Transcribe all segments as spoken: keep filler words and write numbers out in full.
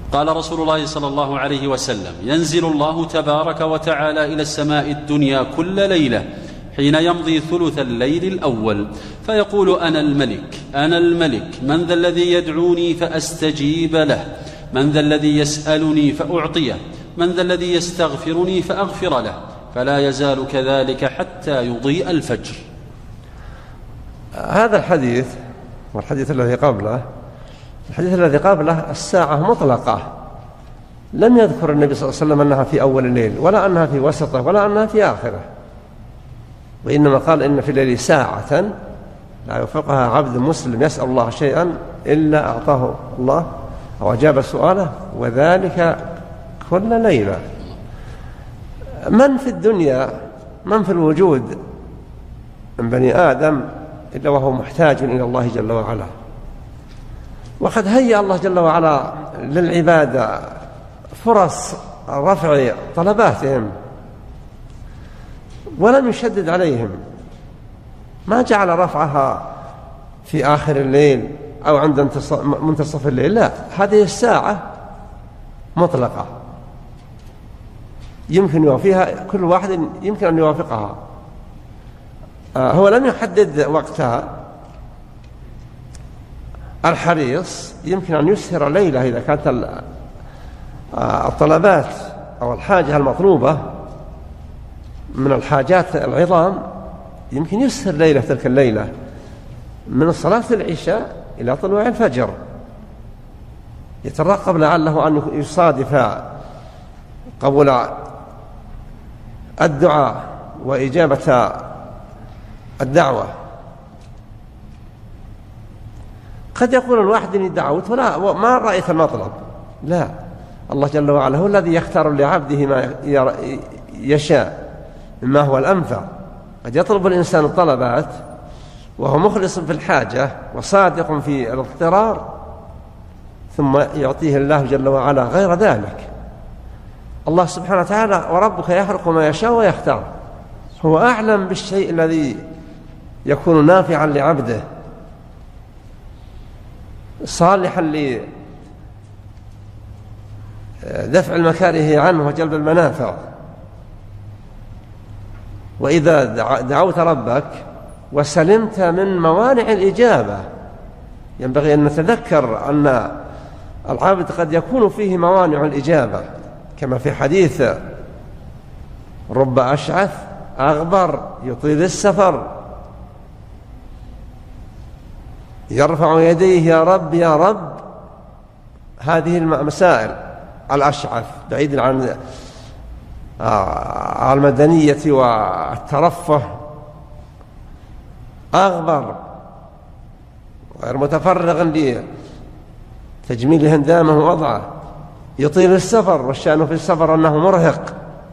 قال رسول الله صلى الله عليه وسلم: ينزل الله تبارك وتعالى إلى السماء الدنيا كل ليلة حين يمضي ثلث الليل الأول فيقول: أنا الملك أنا الملك، من ذا الذي يدعوني فأستجيب له، من ذا الذي يسألني فأعطيه، من ذا الذي يستغفرني فأغفر له، فلا يزال كذلك حتى يضيء الفجر. هذا الحديث والحديث الذي قبله الحديث الذي قبله الساعة مطلقة، لم يذكر النبي صلى الله عليه وسلم أنها في أول الليل ولا أنها في وسطه ولا أنها في آخره، وإنما قال: إن في الليل ساعة لا يوفقها عبد مسلم يسأل الله شيئا إلا أعطاه الله أو أجاب سؤاله، وذلك كل ليلة. من في الدنيا من في الوجود من بني آدم إلا وهو محتاج إلى الله جل وعلا، وقد هيأ الله جل وعلا للعبادة فرص رفع طلباتهم ولم يشدد عليهم، ما جعل رفعها في آخر الليل أو عند منتصف الليل، لا، هذه الساعة مطلقة يمكن يوافيها كل واحد، يمكن أن يوافقها. هو لم يحدد وقتها. الحريص يمكن أن يسهر ليلة إذا كانت الطلبات أو الحاجة المطلوبة من الحاجات العظام، يمكن يسهر ليلة تلك الليلة من صلاة العشاء إلى طلوع الفجر، يترقب لعله أن يصادف قبول الدعاء وإجابة الدعوة. قد يقول الواحد إني دعوت ولا ما رأيت المطلب، لا، الله جل وعلا هو الذي يختار لعبده ما يشاء مما هو الأنفع. قد يطلب الإنسان الطلبات وهو مخلص في الحاجة وصادق في الاضطرار، ثم يعطيه الله جل وعلا غير ذلك. الله سبحانه وتعالى: وربك يخلق ما يشاء ويختار، هو أعلم بالشيء الذي يكون نافعا لعبده صالحا لدفع المكاره عنه وجلب المنافع. وإذا دعوت ربك وسلمت من موانع الإجابة، ينبغي أن نتذكر أن العبد قد يكون فيه موانع الإجابة، كما في حديث: رب أشعث أغبر يطيل السفر يرفع يديه: يا رب يا رب. هذه المسائل. الأشعث بعيد عن المدنية والترفه، أغبر غير متفرغ لتجميل هندامه ووضعه، يطيل السفر، والشأن في السفر أنه مرهق،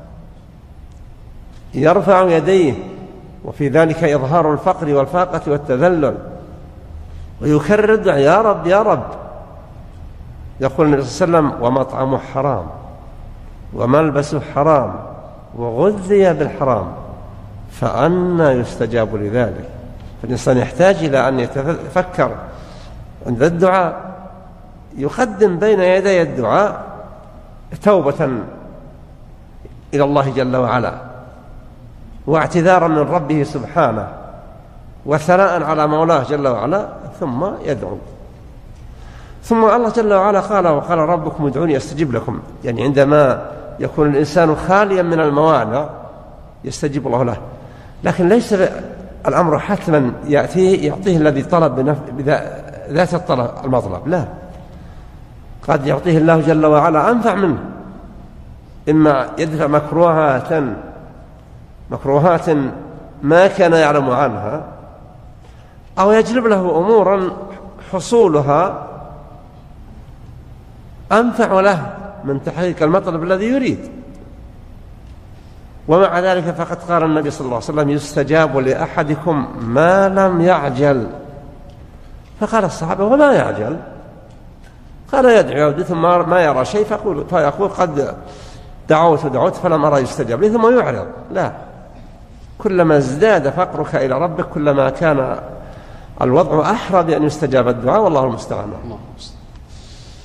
يرفع يديه وفي ذلك إظهار الفقر والفاقة والتذلل، ويكرر الدعاء: يا رب يا رب. يقول النبي صلى الله عليه وسلم: ومطعمه حرام وملبسه حرام وغذي بالحرام فأنى يستجاب لذلك. فالإنسان يحتاج إلى أن يتفكر عند الدعاء، يقدم بين يدي الدعاء توبة إلى الله جل وعلا واعتذارا من ربه سبحانه وثناء على مولاه جل وعلا، ثم يدعو. ثم الله جل وعلا قال: وقال ربكم ادعوني أستجب لكم. يعني عندما يكون الإنسان خاليا من الموانع يستجيب الله له، لكن ليس الأمر حتما يأتيه يعطيه الذي طلب بذات الطلب المطلب، لا، قد يعطيه الله جل وعلا أنفع منه، إما يدفع مكروهات مكروهات ما كان يعلم عنها، أو يجلب له أمورا حصولها أنفع له من تحقيق المطلب الذي يريد. ومع ذلك فقد قال النبي صلى الله عليه وسلم: يستجاب لأحدكم ما لم يعجل. فقال الصحابة: وما يعجل؟ قال: يدعو ثم ما يرى شيء فيقول, فيقول قد دعوت دعوت فلم أرى يستجاب لي، ثم يعرض. لا، كلما ازداد فقرك إلى ربك كلما كان الوضع أحرى بأن يستجاب الدعاء، والله المستعان.